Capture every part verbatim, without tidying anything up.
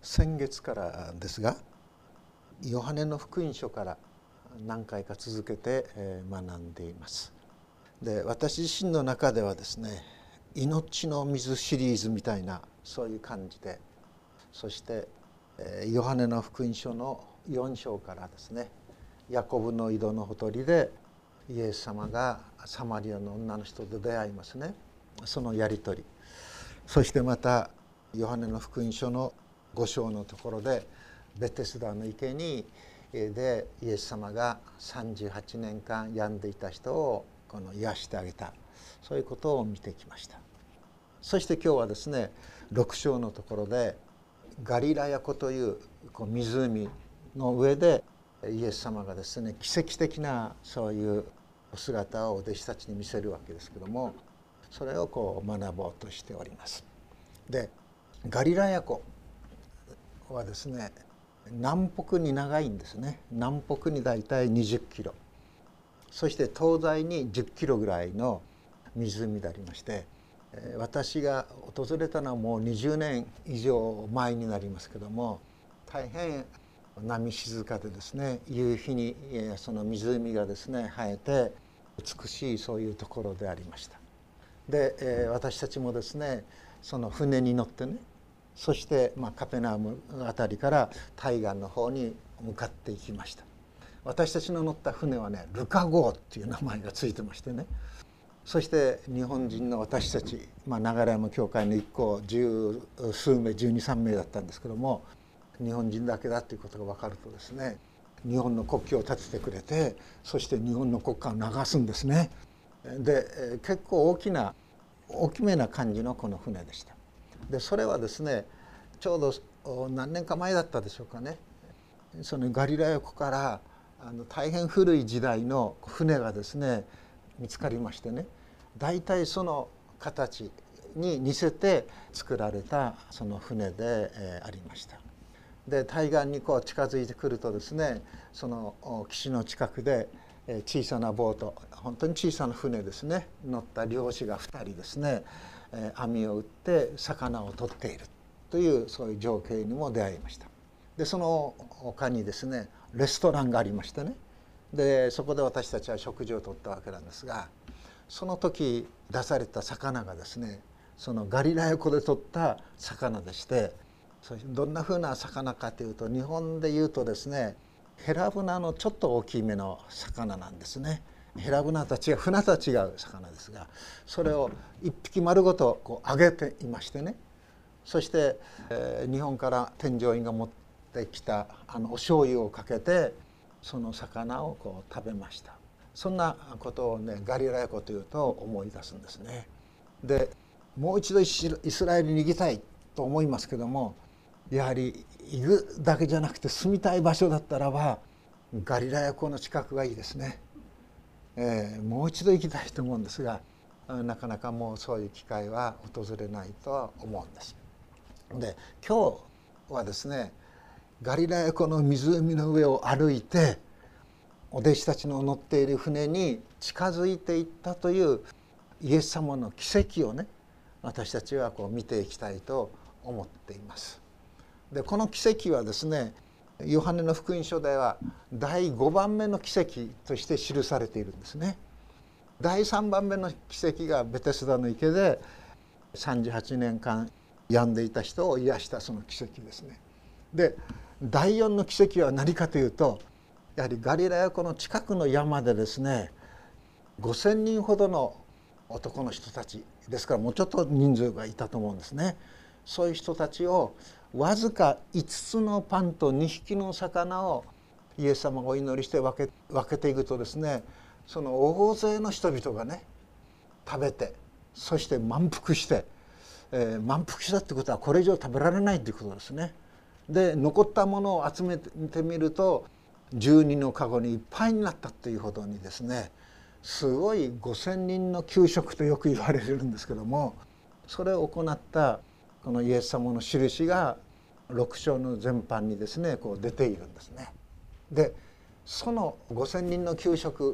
先月からですが、ヨハネの福音書から何回か続けて学んでいます。で、私自身の中ではですね、命の水シリーズみたいなそういう感じで、そしてヨハネの福音書のよん章からですね、ヤコブの井戸のほとりでイエス様がサマリアの女の人と出会いますね。そのやり取り、そしてまたヨハネの福音書のご章のところでベテスダの池にでイエス様がさんじゅうはちねんかん病んでいた人をこの癒してあげた、そういうことを見てきました。そして今日はですね、ろく章のところでガリラヤ湖というこう湖の上でイエス様がですね、奇跡的なそういうお姿をお弟子たちに見せるわけですけども、それをこう学ぼうとしております。で、ガリラヤ湖はですね、南北に長いんですね。南北にだいたいにじゅっキロ、そして東西にじゅっキロぐらいの湖でありまして、私が訪れたのはもうにじゅうねん以上前になりますけども、大変波静かでですね、夕日にその湖がですね映えて美しいそういうところでありました。で、私たちもですね、その船に乗ってね、そしてまあカペナウムあたりから対岸の方に向かっていきました。私たちの乗った船はね、ルカ号っていう名前がついてましてね、そして日本人の私たち、まあ、流山教会の一行十数名じゅうに、さん名だったんですけども、日本人だけだということが分かるとですね、日本の国旗を立ててくれて、そして日本の国歌を流すんですね。で、結構大きな大きめな感じのこの船でした。で、それはですね、ちょうど何年か前だったでしょうかね、そのガリラヤ湖からあの大変古い時代の船がですね見つかりましてね、大体その形に似せて作られたその船でありました。で、対岸にこう近づいてくるとですね、その岸の近くで小さなボート、本当に小さな船ですね、乗った漁師がふたりですね、網を打って魚を取っているというそういう情景にも出会いました。で、その丘にですねレストランがありましてね、でそこで私たちは食事をとったわけなんですが、その時出された魚がですね、そのガリラヤ湖で取った魚でして、どんなふうな魚かというと、日本でいうとですね、ヘラブナのちょっと大きめの魚なんですね。ヘラブナとは違う、船とは違う魚ですが、それを一匹丸ごとこう揚げていましてね、そして、えー、日本から添乗員が持ってきたあのお醤油をかけてその魚をこう食べました。そんなことをね、ガリラヤ湖というと思い出すんですね。で、もう一度イスラエルに行きたいと思いますけども、やはり行くだけじゃなくて住みたい場所だったらばガリラヤ湖の近くがいいですね。えー、もう一度行きたいと思うんですが、なかなかもうそういう機会は訪れないとは思うんです。で、今日はですね、ガリラヤ湖の湖の上を歩いてお弟子たちの乗っている船に近づいていったというイエス様の奇跡をね、私たちはこう見ていきたいと思っています。で、この奇跡はですね、ヨハネの福音書ではだいごばんめの奇跡として記されているんですね。だいさんばんめの奇跡がベテスダの池でさんじゅうはちねんかん病んでいた人を癒したその奇跡ですね。で、だいよんの奇跡は何かというと、やはりガリラヤ湖の近くの山でですね、ごせんにんほどの男の人たちですから、もうちょっと人数がいたと思うんですね。そういう人たちをわずかいつつのパンとにひきの魚をイエス様がお祈りして分け、分けていくとですね、その大勢の人々がね食べて、そして満腹して、えー、満腹したってことはこれ以上食べられないということですね。で、残ったものを集めてみるとじゅうにのかごにいっぱいになったというほどにですね、すごいごせんにんの給食とよく言われるんですけども、それを行ったこのイエス様の印がろく章の全般にですねこう出ているんですね。で、そのごせんにんの給食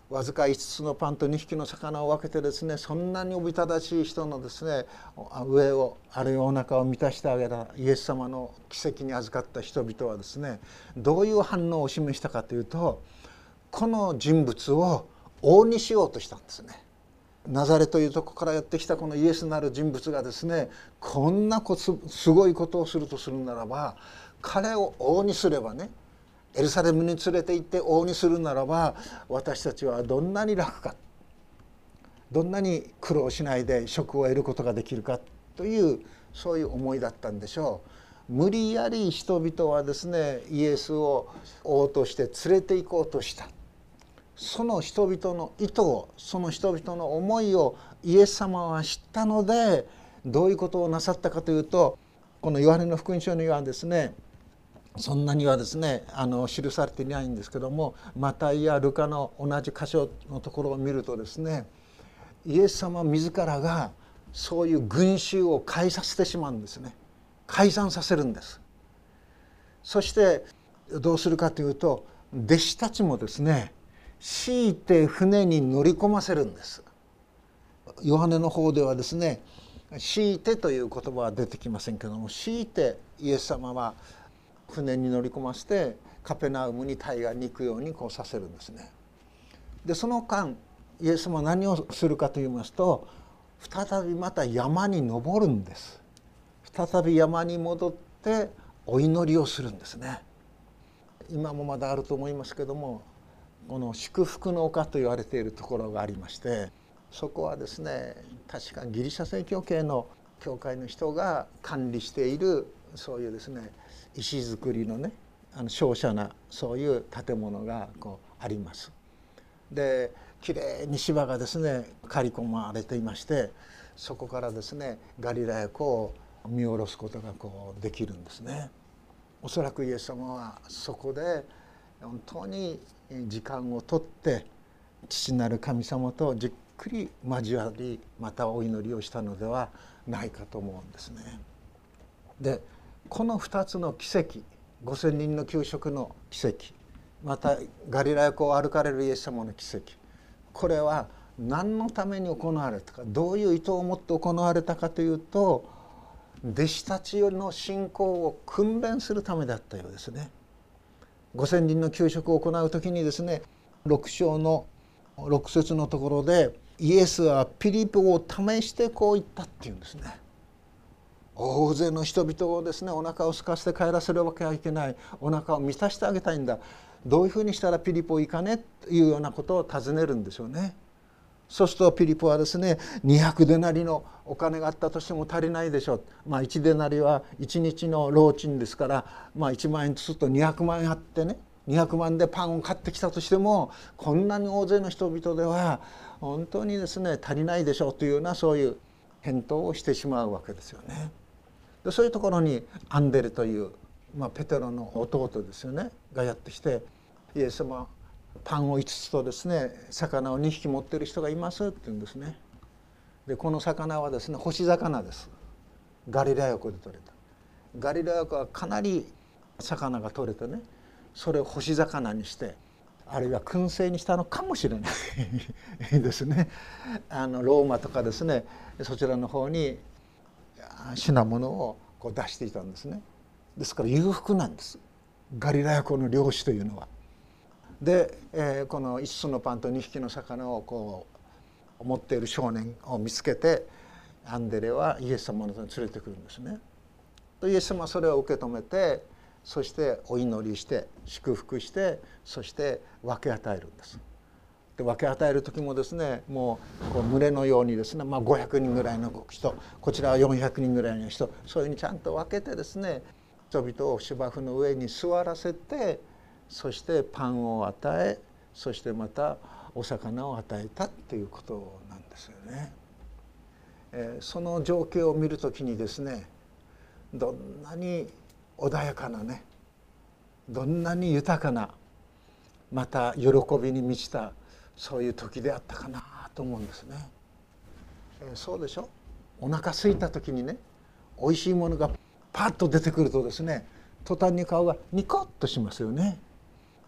わずかいつつのパンとにひきの魚を分けてですね、そんなにおびただしい人のですね上をあるいはお腹を満たしてあげたイエス様の奇跡に預かった人々はですね、どういう反応を示したかというと、この人物を王にしようとしたんですね。ナザレというとこからやってきたこのイエスなる人物がですね、こんなこすすごいことをするとするならば、彼を王にすればね、エルサレムに連れて行って王にするならば、私たちはどんなに楽か、どんなに苦労しないで職を得ることができるかという、そういう思いだったんでしょう。無理やり人々はですね、イエスを王として連れて行こうとした。その人々の意図を、その人々の思いをイエス様は知ったので、どういうことをなさったかというと、このヨハネの福音書にはですね、そんなにはですねあの記されていないんですけども、マタイやルカの同じ箇所のところを見るとですね、イエス様自らがそういう群衆を解させてしまうんですね。解散させるんです。そしてどうするかというと、弟子たちもですね強いて船に乗り込ませるんです。ヨハネの方ではですね、強いてという言葉は出てきませんけども、強いてイエス様は船に乗り込ませてカペナウムに対岸に行くようにこうさせるんですね。でその間イエス様は何をするかといいますと、再びまた山に登るんです。再び山に戻ってお祈りをするんですね。今もまだあると思いますけども、この祝福の丘と言われているところがありまして、そこはですね確かギリシャ正教系の教会の人が管理している、そういうですね石造りのねあの瀟洒なそういう建物がこうあります。できれいに芝がですね刈り込まれていまして、そこからですねガリラヤ湖を見下ろすことがこうできるんですね。おそらくイエス様はそこで本当に時間をとって父なる神様とじっくり交わり、またお祈りをしたのではないかと思うんですね。でこのふたつの奇跡、ごせんにんの給食の奇跡、またガリラヤ湖を歩かれるイエス様の奇跡、これは何のために行われたか、どういう意図を持って行われたかというと、弟子たちの信仰を訓練するためだったようですね。ごせんにんの給食を行う時にですね、ろく章のろく節のところで、イエスはピリポを試してこう言ったっていうんですね。大勢の人々をですねお腹を空かせて帰らせるわけはいけない、お腹を満たしてあげたいんだ、どういうふうにしたらピリポいかねというようなことを尋ねるんでしょうね。そうするとピリポはですね、にひゃくデナリのお金があったとしても足りないでしょう。まあいちデナリはいちにちの労賃ですから、まあいちまん円とするとにひゃくまん円あってね、にひゃくまんでパンを買ってきたとしても、こんなに大勢の人々では本当にですね足りないでしょうというような、そういう返答をしてしまうわけですよね。でそういうところにアンデレという、まあ、ペテロの弟ですよねがやってきて、イエス様パンをいつつとですね魚をにひき持っている人がいますって言うんですね。でこの魚はですね干し魚です。ガリラヤ湖で取れた。ガリラヤ湖はかなり魚が取れてね、それを干し魚にして、あるいは燻製にしたのかもしれないですね。あのローマとかですねそちらの方に品物をこう出していたんですね。ですから裕福なんです、ガリラヤ湖の漁師というのは。で、えー、このいつつのパンとにひきの魚をこう持っている少年を見つけて、アンデレはイエス様のところに連れてくるんですね。イエス様はそれを受け止めて、そしてお祈りして祝福して、そして分け与えるんです。で分け与える時もですね、もうこう群れのようにですね、まあ、ごひゃくにんぐらいの人、こちらはよんひゃくにんぐらいの人、そういうふうにちゃんと分けてですね、人々を芝生の上に座らせて、そしてパンを与え、そしてまたお魚を与えたっていうことなんですよね。えー、その情景を見るときにですね、どんなに穏やかなね、どんなに豊かな、また喜びに満ちたそういう時であったかなと思うんですね。えー、そうでしょ。お腹空いた時にね、おいしいものがパッと出てくるとですね、途端に顔がニコッとしますよね。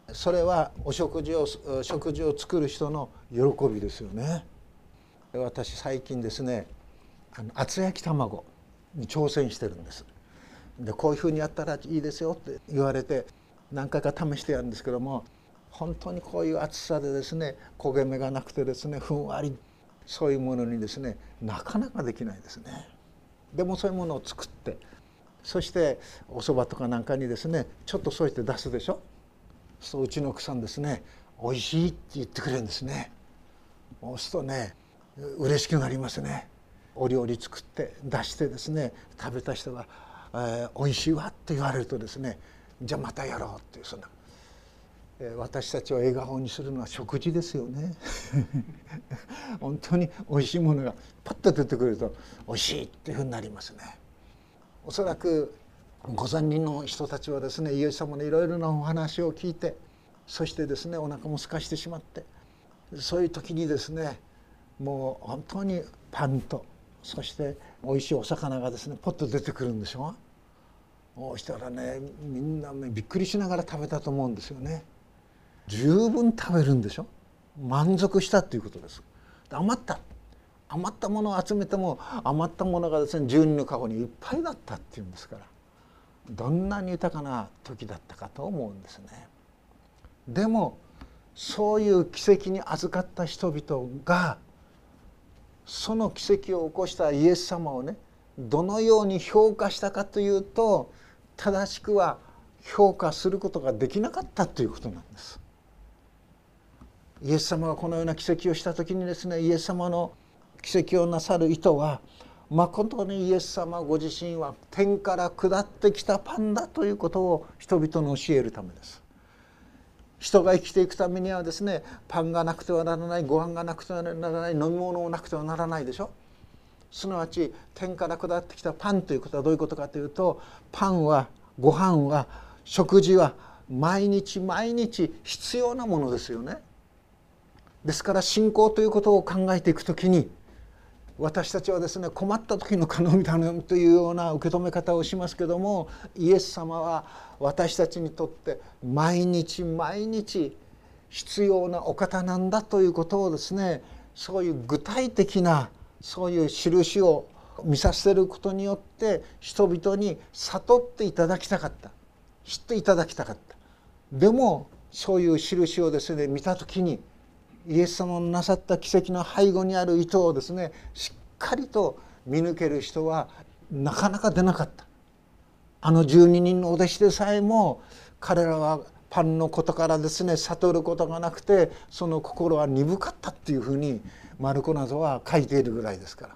それはお食事を食事を作る人の喜びですよね。私最近ですね、あの厚焼き卵に挑戦してるんです。でこういうふうにやったらいいですよって言われて何回か試してやるんですけども、本当にこういう厚さでですね、焦げ目がなくてですね、ふんわり、そういうものにですねなかなかできないですね。でもそういうものを作って、そしてお蕎麦とかなんかにですねちょっと添えて出すでしょ。そううちの奥さんですね、おいしいって言ってくれるんですね。そうするとね嬉しくなりますね。お料理作って出してですね、食べた人が「えー、おいしいわ」って言われるとですね、じゃあまたやろうっていう、そんな、えー、私たちを笑顔にするのは食事ですよね。本当においしいものがパッと出てくるとおいしいっていうふうになりますね。おそらくごさんにんの人たちはですね、イエス様のいろいろなお話を聞いて、そしてですねお腹も空かしてしまって、そういう時にですね、もう本当にパンとそしておいしいお魚がですねポッと出てくるんでしょ。そうしたらね、みんなねびっくりしながら食べたと思うんですよね。十分食べるんでしょ。満足したっていうことです。余った余ったものを集めても余ったものがですねじゅうにんのカゴにいっぱいだったっていうんですから、どんなに豊かな時だったかと思うんですね。でもそういう奇跡に預かった人々が、その奇跡を起こしたイエス様をねどのように評価したかというと、正しくは評価することができなかったということなんです。イエス様がこのような奇跡をした時にですね、イエス様の奇跡をなさる意図は、まことにイエス様ご自身は天から下ってきたパンだということを人々に教えるためです。人が生きていくためにはですね、パンがなくてはならない、ご飯がなくてはならない、飲み物もなくてはならないでしょ。すなわち天から下ってきたパンということはどういうことかというと、パンはご飯は食事は毎日毎日必要なものですよね。ですから信仰ということを考えていくときに、私たちはですね、困った時の頼み頼みというような受け止め方をしますけども、イエス様は私たちにとって毎日毎日必要なお方なんだということをですね、そういう具体的なそういう印を見させることによって人々に悟っていただきたかった、知っていただきたかった。でもそういう印をですね見た時に、イエス様のなさった奇跡の背後にある意図をですねしっかりと見抜ける人はなかなか出なかった。あのじゅうににんのお弟子でさえも、彼らはパンのことからですね悟ることがなくて、その心は鈍かったっていうふうにマルコなどは書いているぐらいですから。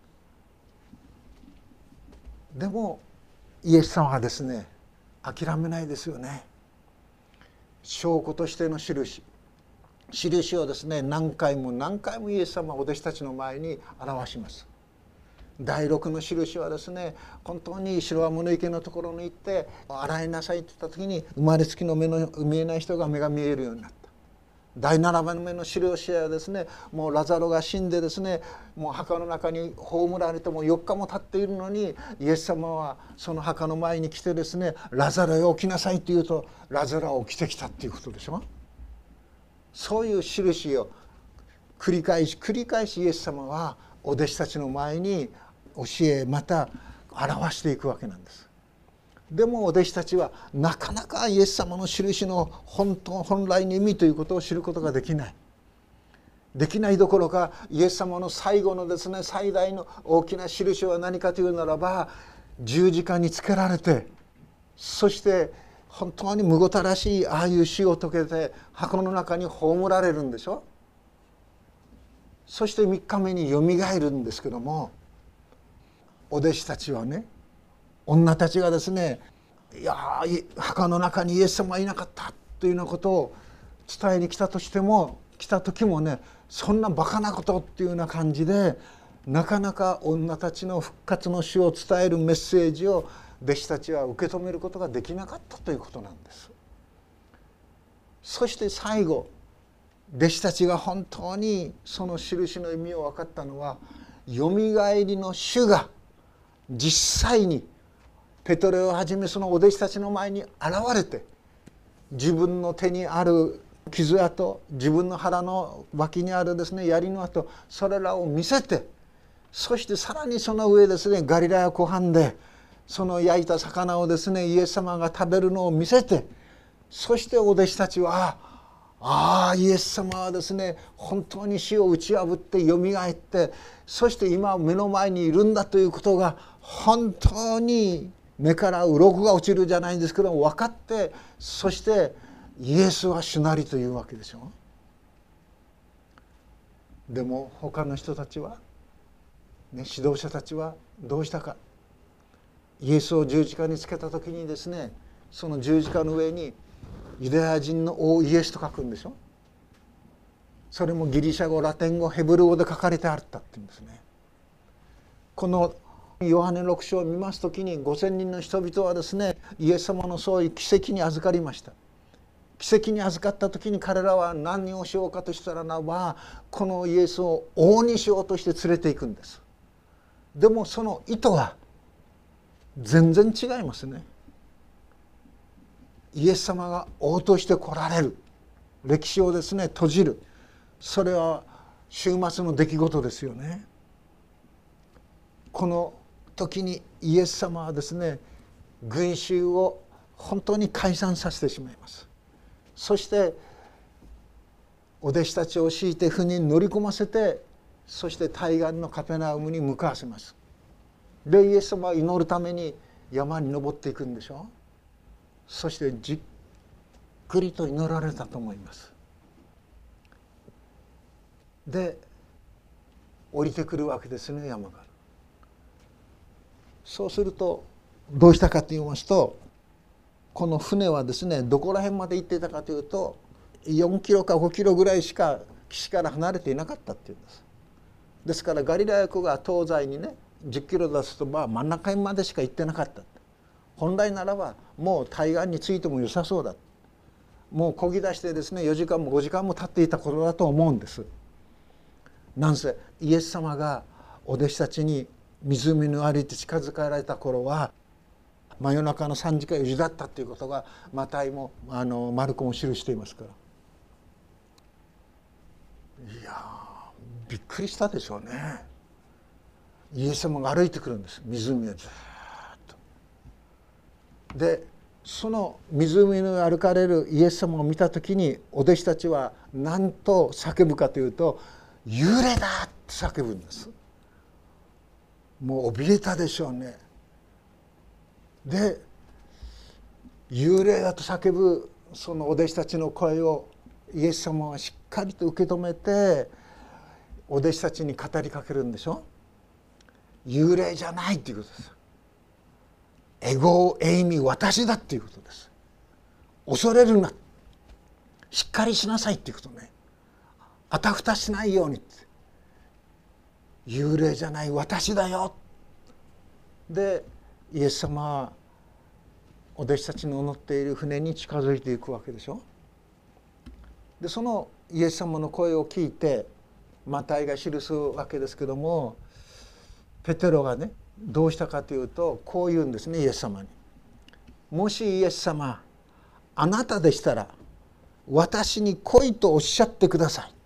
でもイエス様はですね諦めないですよね。証拠としての印印をですね何回も何回もイエス様はお弟子たちの前に表します。第六の印はですね、本当にシロアムの池のところに行って洗いなさいって言った時に、生まれつきの目の見えない人が目が見えるようになった。第七番目の印はですね、もうラザロが死んでですね、もう墓の中に葬られてもよっかも経っているのに、イエス様はその墓の前に来てですね、ラザロよ起きなさいって言うと、ラザロは起きてきたっていうことでしょ。そういう印を繰り返し繰り返しイエス様はお弟子たちの前に教え、また表していくわけなんです。でもお弟子たちはなかなかイエス様の印の本当本来の意味ということを知ることができないできないどころか、イエス様の最後のですね最大の大きな印は何かというならば、十字架につけられて、そして本当にむごたらしいああいう死を遂げて墓の中に葬られるんでしょ。そしてみっかめによみがえるんですけども、お弟子たちはね、女たちがですね、いや墓の中にイエス様はいなかったというようなことを伝えに来たとしても来た時もね、そんなバカなことっていうような感じで、なかなか女たちの復活の死を伝えるメッセージを弟子たちは受け止めることができなかったということなんです。そして最後、弟子たちが本当にその印の意味を分かったのは、よみがえりの主が実際にペトロをはじめそのお弟子たちの前に現れて、 自分の手にある傷跡、自分の腹の脇にあるですね槍の跡、それらを見せて、そしてさらにその上ですねガリラヤ湖畔でその焼いた魚をですねイエス様が食べるのを見せて、そしてお弟子たちはああイエス様はですね本当に死を打ち破ってよみがえって、そして今目の前にいるんだということが本当に目から鱗が落ちるじゃないんですけど分かって、そしてイエスは主なりというわけでしょ。でも他の人たちは、ね、指導者たちはどうしたか。イエスを十字架につけた時にですね、その十字架の上にユダヤ人の王イエスと書くんでしょ。それもギリシャ語、ラテン語、ヘブル語で書かれてあったっていうんですね。このヨハネろく章を見ますときにごせんにんの人々はですねイエス様のそういう奇跡に預かりました。奇跡に預かった時に彼らは何をしようかとしたらなば、このイエスを王にしようとして連れていくんです。でもその意図は全然違いますね。イエス様が王として来られる、歴史をですね閉じる、それは終末の出来事ですよね。この時にイエス様はですね群衆を本当に解散させてしまいます。そしてお弟子たちを敷いて船に乗り込ませて、そして対岸のカペナウムに向かわせます。でイエス様は祈るために山に登っていくんでしょ。そしてじっくりと祈られたと思います。で降りてくるわけですね、山から。そうするとどうしたかと言いますと、この船はですねどこら辺まで行っていたかというとよんキロかごキロぐらいしか岸から離れていなかったっていうんです。ですからガリラヤ湖が東西にねじゅっキロだとまあ真ん中までしか行ってなかった。本来ならばもう対岸に着いても良さそうだ、もう漕ぎ出してですねよじかんもごじかんも経っていた頃だと思うんです。なんせイエス様がお弟子たちに湖の歩いて近づかれた頃は真夜中のさんじかよじだったということがマタイもあのマルコも記していますから、いやびっくりしたでしょうね。イエス様が歩いてくるんです、湖をずっと。でその湖の上歩かれるイエス様を見た時にお弟子たちは何と叫ぶかというと「幽霊だ!」って叫ぶんです。もう怯えたでしょうね。で幽霊だと叫ぶそのお弟子たちの声をイエス様はしっかりと受け止めてお弟子たちに語りかけるんでしょ。幽霊じゃないっていうことです。エゴエイミ私だっていうことです。恐れるな、しっかりしなさいっていうことね。あたふたしないようにって、幽霊じゃない私だよ。でイエス様はお弟子たちの乗っている船に近づいていくわけでしょ。でそのイエス様の声を聞いてマタイが記すわけですけども、ペテロがねどうしたかというとこう言うんですね、イエス様に。もしイエス様あなたでしたら私に来いとおっしゃってください。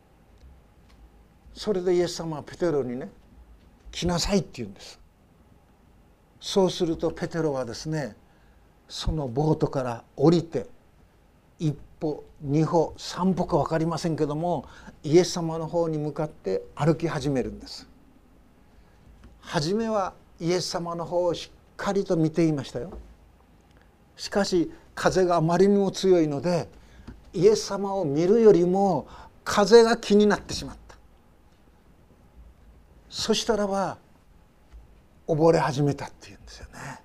それでイエス様はペテロにね来なさいって言うんです。そうするとペテロはですねそのボートから降りて一歩二歩三歩か分かりませんけどもイエス様の方に向かって歩き始めるんです。初めはイエス様の方をしっかりと見ていましたよ。しかし風があまりにも強いのでイエス様を見るよりも風が気になってしまった。そしたらば溺れ始めたっていうんですよね。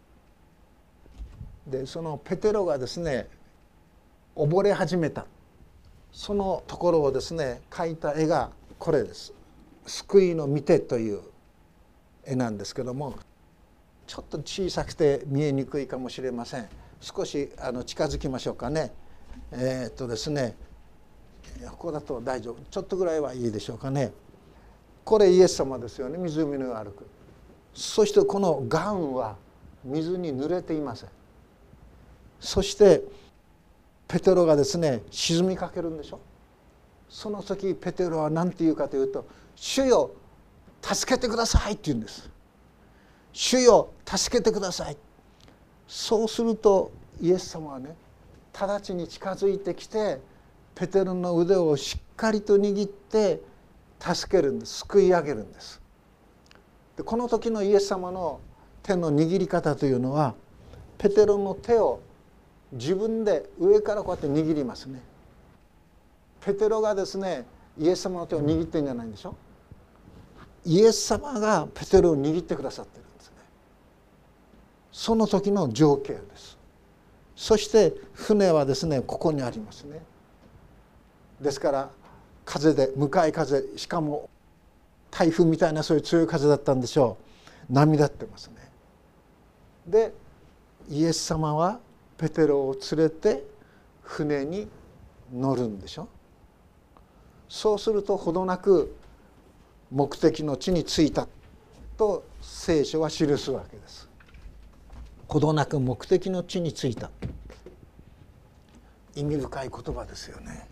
でそのペテロがですね溺れ始めたそのところをですね描いた絵がこれです。救いの御手という絵なんですけども、ちょっと小さくて見えにくいかもしれません。少しあの近づきましょうかね。えー、っとですねここだと大丈夫、ちょっとぐらいはいいでしょうかね。これイエス様ですよね、湖の上を歩く。そしてこの岩は水に濡れていません。そしてペテロがですね沈みかけるんでしょ。その時ペテロは何て言うかというと、主よ助けてくださいって言うんです。主よ助けてください。そうするとイエス様はね、直ちに近づいてきてペテロの腕をしっかりと握って助けるんです。救い上げるんです。でこの時のイエス様の手の握り方というのは、ペテロの手を自分で上からこうやって握りますね。ペテロがですねイエス様の手を握ってるんじゃないんでしょ。イエス様がペテロを握ってくださってるんですね。その時の情景です。そして船はですねここにありますね。ですから風で向かい風、しかも台風みたいなそういう強い風だったんでしょう。波立ってますね。でイエス様はペテロを連れて船に乗るんでしょ。そうするとほどなく目的の地に着いたと聖書は記すわけです。ほどなく目的の地に着いた、意味深い言葉ですよね。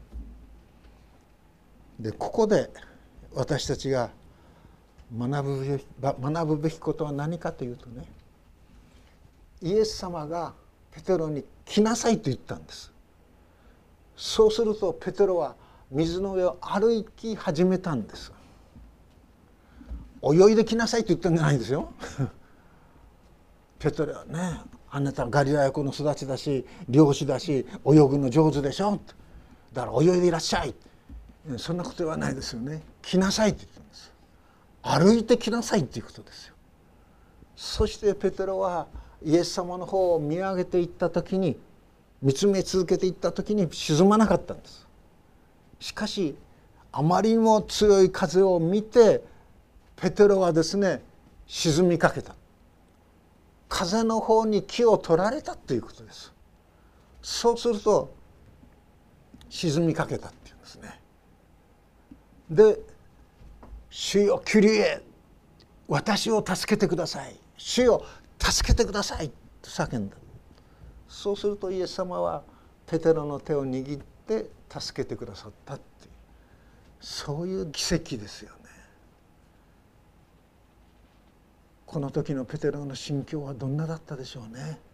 でここで私たちが学ぶべき、学ぶべきことは何かというとね、イエス様がペテロに来なさいと言ったんです。そうするとペテロは水の上を歩き始めたんです。泳いできなさいと言ったんじゃないんですよ。ペテロはね、あなたガリラヤ湖の育ちだし漁師だし泳ぐの上手でしょ、だから泳いでいらっしゃい、そんなことはないですよね。来なさいって言ったんです。歩いてきなさいっていうことですよ。そしてペテロはイエス様の方を見上げていった時に、見つめ続けていった時に沈まなかったんです。しかしあまりにも強い風を見てペテロはですね沈みかけた。風の方に気を取られたということです。そうすると沈みかけたっていうんですね。で主よキリエ、私を助けてください、主よ助けてくださいと叫んだ。そうするとイエス様はペテロの手を握って助けてくださったっていう、そういう奇跡ですよね。この時のペテロの心境はどんなだったでしょうね。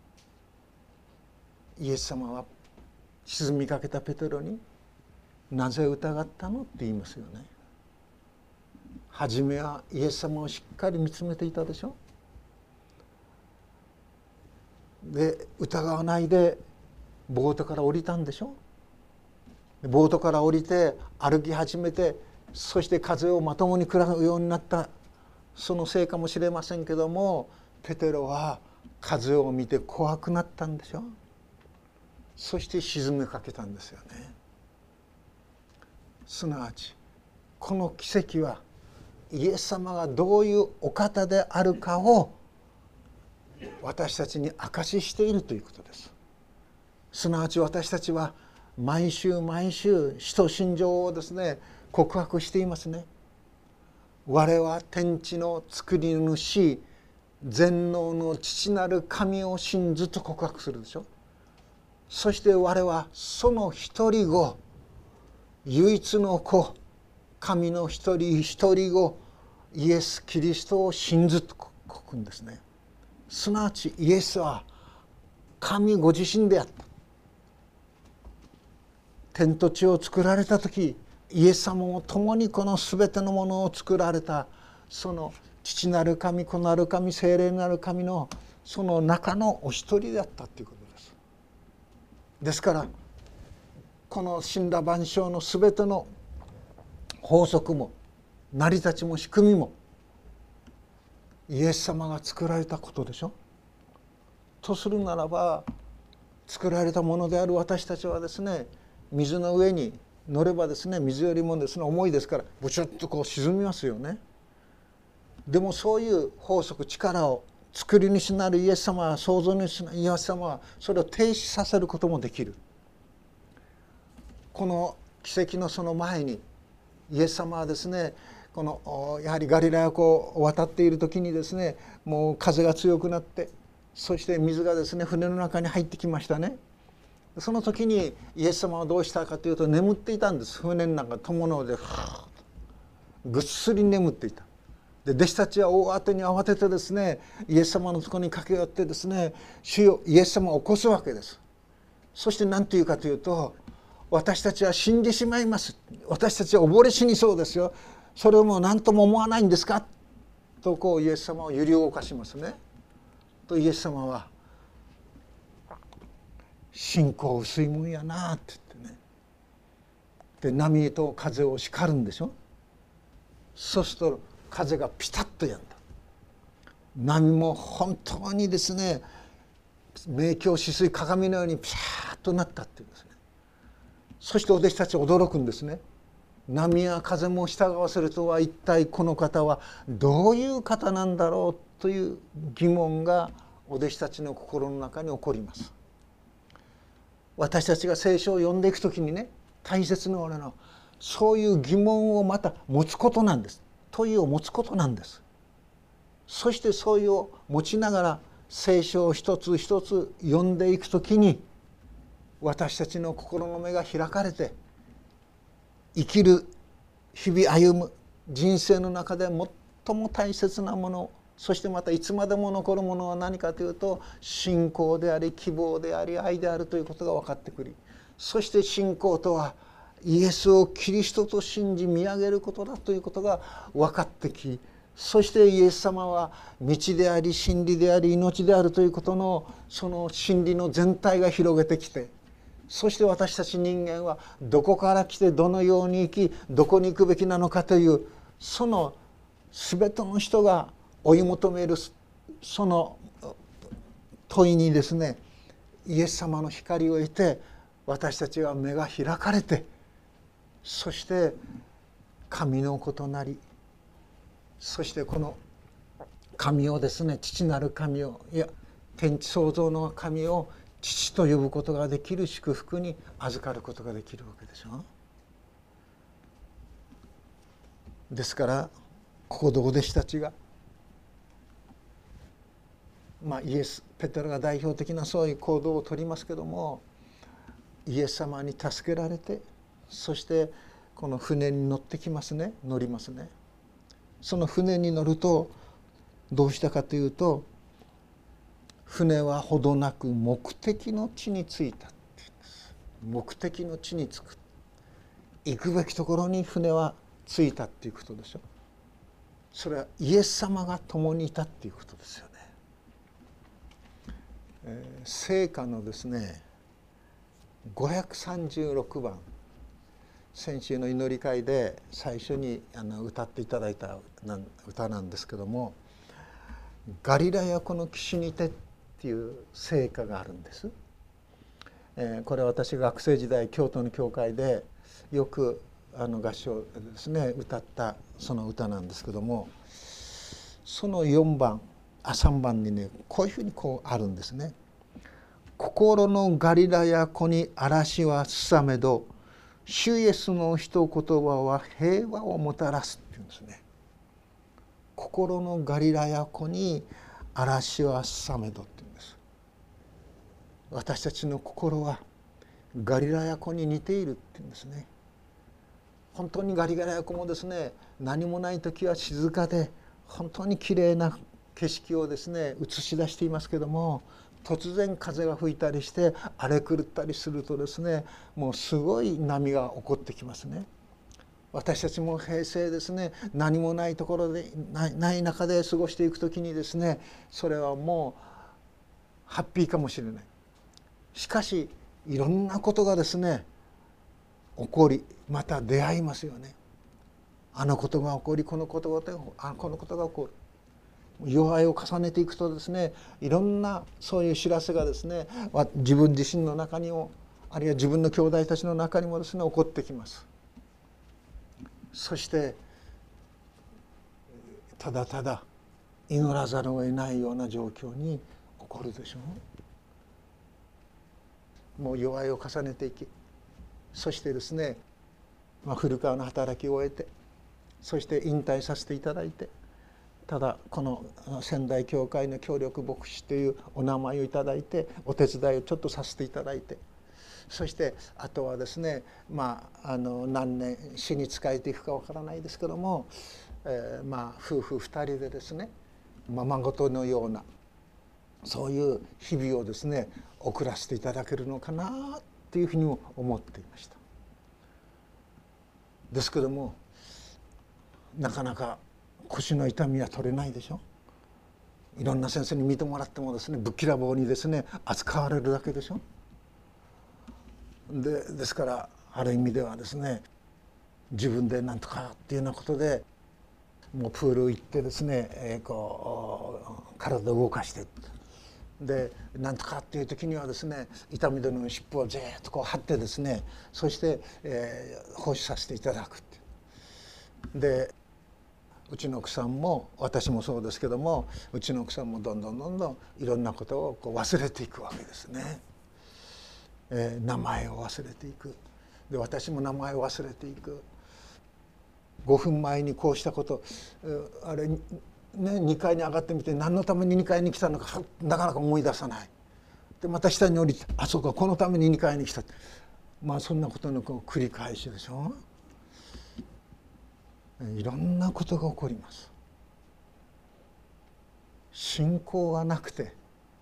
イエス様は沈みかけたペテロになぜ疑ったのって言いますよね。初めはイエス様をしっかり見つめていたでしょ。で疑わないでボートから降りたんでしょ。ボートから降りて歩き始めて、そして風をまともに食らうようになった、そのせいかもしれませんけども、ペテロは風を見て怖くなったんでしょ。そして沈みかけたんですよね。すなわちこの奇跡はイエス様がどういうお方であるかを私たちに証ししているということです。すなわち私たちは毎週毎週使徒信条をですね告白していますね。我は天地の作り主全能の父なる神を信ずと告白するでしょ。そして我はその一人子、唯一の子、神の一人一人子イエス・キリストを信ずと書くんですね。すなわちイエスは神ご自身であった。天と地を作られた時、イエス様も共にこの全てのものを作られた、その父なる神、子なる神、聖霊なる神のその中のお一人であったということです。ですからこの森羅万象の全ての法則も成り立ちも仕組みもイエス様が作られたことでしょ。とするならば作られたものである私たちはですね、水の上に乗ればですね、水よりもですね重いですからブチュッとこう沈みますよね。でもそういう法則、力を作り主なるイエス様は、創造主のイエス様はそれを停止させることもできる。この奇跡のその前にイエス様はですね、このやはりガリラヤ湖を渡っている時にですね、もう風が強くなって、そして水がですね船の中に入ってきましたね。 その時にイエス様はどうしたかというと、眠っていたんです。船の中友のでぐっすり眠っていた。で弟子たちは大慌てに慌ててですね、イエス様のところに駆け寄ってですね、主よ、イエス様を起こすわけです。そして何て言うかというと、私たちは死んでしまいます、私たちは溺れ死にそうですよ、それをもう何とも思わないんですかと、こうイエス様を揺り動かしますね。とイエス様は、信仰薄いもんやなって言ってね、で波と風を叱るんでしょ。そうすると風がピタッとやんだ。波も本当にですね、明鏡止水鏡のようにピシャーッとなったっていうんですね。そしてお弟子たち驚くんですね。波や風も従わせるとは、一体この方はどういう方なんだろうという疑問がお弟子たちの心の中に起こります。私たちが聖書を読んでいくときにね、大切な俺のそういう疑問をまた持つことなんです。問いを持つことなんです。そしてそういうを持ちながら聖書を一つ一つ読んでいくときに、私たちの心の目が開かれて、生きる日々歩む人生の中で最も大切なもの、そしてまたいつまでも残るものは何かというと、信仰であり希望であり愛であるということが分かってくる。そして信仰とはイエスをキリストと信じ見上げることだということが分かってき、そしてイエス様は道であり真理であり命であるということのその真理の全体が広げてきて、そして私たち人間はどこから来てどのように生き、どこに行くべきなのかという、その全ての人が追い求めるその問いにですね、イエス様の光を得て、私たちは目が開かれて、そして神の子となり、そしてこの神をですね、父なる神を、いや天地創造の神を父と呼ぶことができる祝福に預かることができるわけでしょ。ですからここでお弟子たちが、まあイエスペテロが代表的なそういう行動をとりますけども、イエス様に助けられて、そしてこの船に乗ってきますね、乗りますね。その船に乗るとどうしたかというと、船はほどなく目的の地に着いたって言うんです。目的の地に着く、行くべきところに船は着いたっていうことでしょ。それはイエス様が共にいたっていうことですよね。えー、聖歌のですねごひゃくさんじゅうろくばん、先週の祈り会で最初にあの歌っていただいた歌なんですけども、ガリラヤ湖の岸にてっていう聖歌があるんです。えー、これは私が学生時代京都の教会でよくあの合唱ですね歌ったその歌なんですけども、そのよんばんあさんばんにね、こういうふうにこうあるんですね。心のガリラヤ湖に嵐はすさめど、主イエスの一言葉は平和をもたらすっていうんですね。心のガリラヤ湖に嵐はすさめどっていうんです。私たちの心はガリラヤ湖に似ているっていうんですね。本当にガリラヤ湖もですね、何もない時は静かで本当にきれいな景色をですね映し出していますけども、突然風が吹いたりして荒れ狂ったりするとですね、もうすごい波が起こってきますね。私たちも平成ですね、何もないところでないない中で過ごしていくときにですね、それはもうハッピーかもしれない。しかしいろんなことがですね起こり、また出会いますよね。あのことが起こり、このことがあこのことが起こる。弱いを重ねていくとですね、いろんなそういう知らせがですね、自分自身の中にも、あるいは自分の兄弟たちの中にもですね起こってきます。そしてただただ祈らざるを得ないような状況に起こるでしょう。もう弱いを重ねていき、そしてですね、まあ、古川の働きを終えて、そして引退させていただいて、ただこの仙台教会の協力牧師というお名前をいただいて、お手伝いをちょっとさせていただいて、 そしてあとはですね、まあ、あの何年死に仕えていくかわからないですけども、えー、まあ夫婦二人でですね、ままごとのようなそういう日々をですね送らせていただけるのかなっていうふうにも思っていました。ですけどもなかなか腰の痛みは取れないでしょ。いろんな先生に見てもらってもですねぶっきらぼうにですね扱われるだけでしょ。でですからある意味ではですね自分でなんとかっていうようなことでもうプール行ってですね、えー、こう体を動かしてでなんとかっていう時にはですね痛み止めの湿布をずっとこう貼ってですねそして、えー、放置させていただくってでうちの奥さんも私もそうですけどもうちの奥さんもどんどんどんどんいろんなことをこう忘れていくわけですね。えー、名前を忘れていくで私も名前を忘れていくごふんまえにこうしたことあれ、ね、にかいに上がってみて何のためににかいに来たのかなかなか思い出さないでまた下に降りてあそうかこのためににかいに来たまあそんなことのこう繰り返しでしょ。いろんなことが起こります。信仰がなくて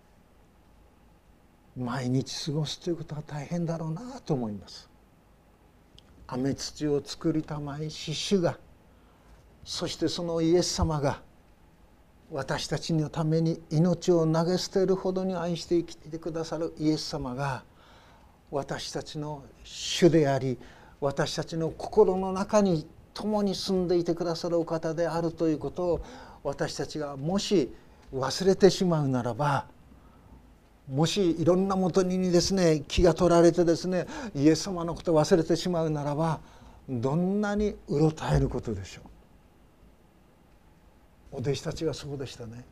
毎日過ごすということは大変だろうなと思います。雨土を作りたまえし主がそしてそのイエス様が私たちのために命を投げ捨てるほどに愛して生きてくださるイエス様が私たちの主であり私たちの心の中に共に住んでいてくださるお方であるということを私たちがもし忘れてしまうならばもしいろんなもとにですね気が取られてですねイエス様のことを忘れてしまうならばどんなにうろたえることでしょう。お弟子たちがそうでしたね。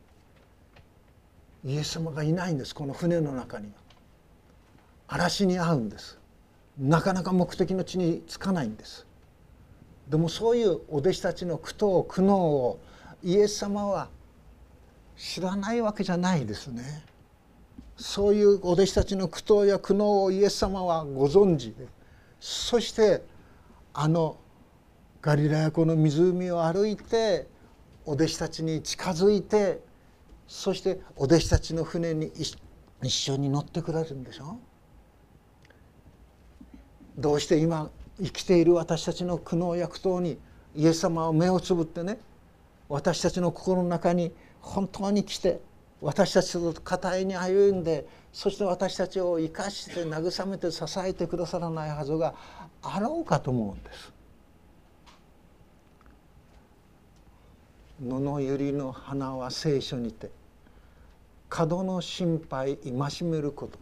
イエス様がいないんです。この船の中には嵐に遭うんです。なかなか目的の地に着かないんです。でもそういうお弟子たちの苦闘苦悩をイエス様は知らないわけじゃないですね。そういうお弟子たちの苦闘や苦悩をイエス様はご存知でそしてあのガリラヤ湖の湖を歩いてお弟子たちに近づいてそしてお弟子たちの船に一緒に乗ってくれるんでしょ。どうして今生きている私たちの苦悩や苦闘にイエス様は目をつぶってね私たちの心の中に本当に来て私たちと固いに歩んでそして私たちを生かして慰めて支えてくださらないはずがあろうかと思うんです。野の百合の花は聖書にて角の心配戒めること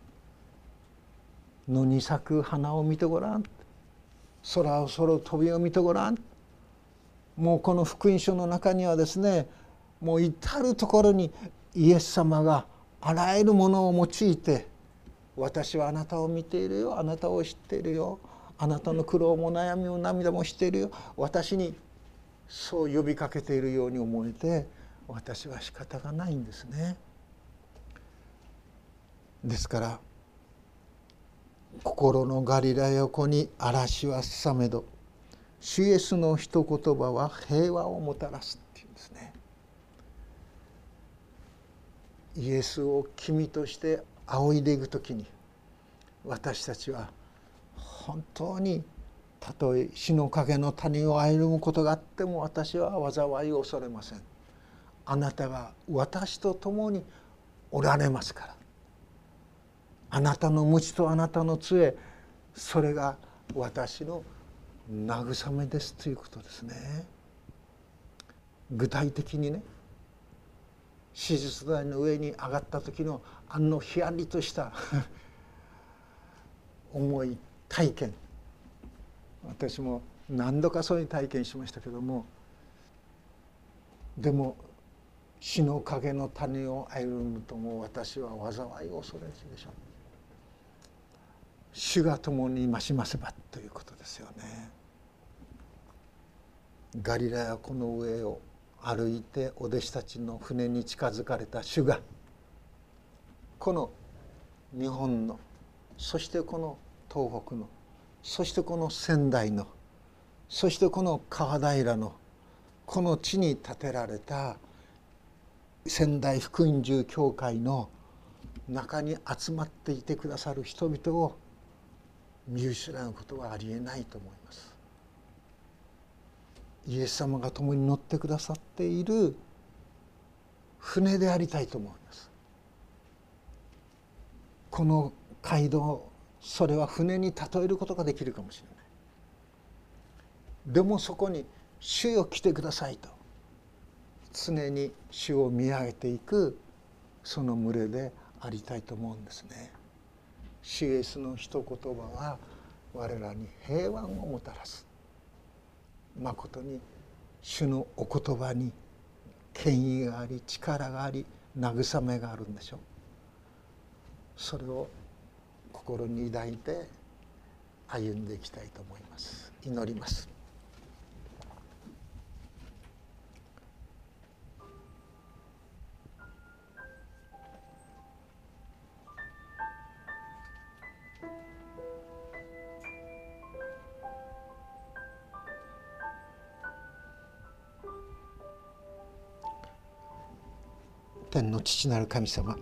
野に咲く花を見てごらん空を空を飛びを見てごらん。もうこの福音書の中にはですねもう至る所にイエス様があらゆるものを用いて私はあなたを見ているよあなたを知っているよあなたの苦労も悩みも涙も知っているよ私にそう呼びかけているように思えて私は仕方がないんですね。ですから心のガリラヤ湖に嵐はすさめど主イエスの一言葉は平和をもたらすっていうんですね。イエスを君として仰いでいくときに私たちは本当にたとえ死の影の谷を歩むことがあっても私は災いを恐れません。あなたが私と共におられますからあなたの鞭とあなたの杖それが私の慰めですということですね。具体的にね手術台の上に上がった時のあのヒヤリとした重い体験私も何度かそういう体験しましたけどもでも死の影の谷を歩むとも私は災いを恐れずでしょう。主が共に増しませばということですよね。ガリラヤ湖の上を歩いてお弟子たちの船に近づかれた主がこの日本のそしてこの東北の、そしてこの仙台の、そしてこの川平のこの地に建てられた仙台福音住教会の中に集まっていてくださる人々を見失うことはありえないと思います。イエス様が共に乗ってくださっている船でありたいと思います。この街道、それは船に例えることができるかもしれない。でもそこに主よ来てくださいと常に主を見上げていくその群れでありたいと思うんですね。主イエスの一言葉は我らに平安をもたらす。まことに主のお言葉に権威があり力があり慰めがあるんでしょう。それを心に抱いて歩んでいきたいと思います。祈ります。天の父なる神様、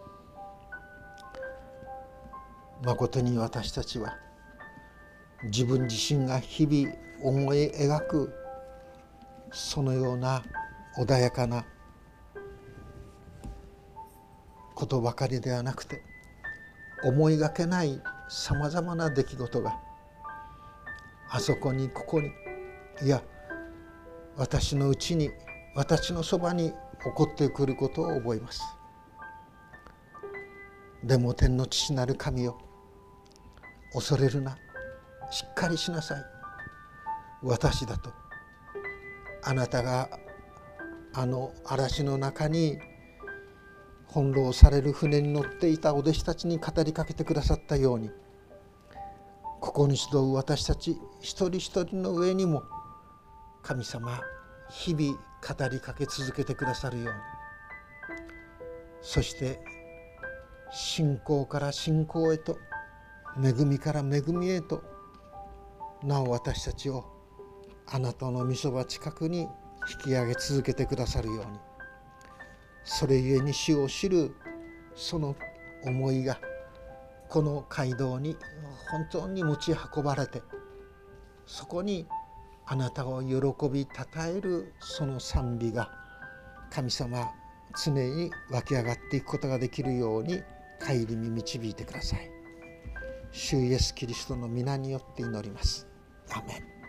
まことに私たちは自分自身が日々思い描くそのような穏やかなことばかりではなくて、思いがけないさまざまな出来事があそこにここに、いや私のうちに私のそばに起こってくることを覚えます。でも天の父なる神よ、恐れるな、しっかりしなさい。私だとあなたがあの嵐の中に翻弄される船に乗っていたお弟子たちに語りかけてくださったように、ここに集う私たち一人一人の上にも神様日々語りかけ続けてくださるように、そして信仰から信仰へと、恵みから恵みへと、なお私たちをあなたの御そば近くに引き上げ続けてくださるように、それゆえに主を知るその思いがこの街道に本当に持ち運ばれて、そこにあなたを喜びたたえるその賛美が神様常に湧き上がっていくことができるように顧み導いてください。主イエスキリストの皆によって祈ります。アーメン。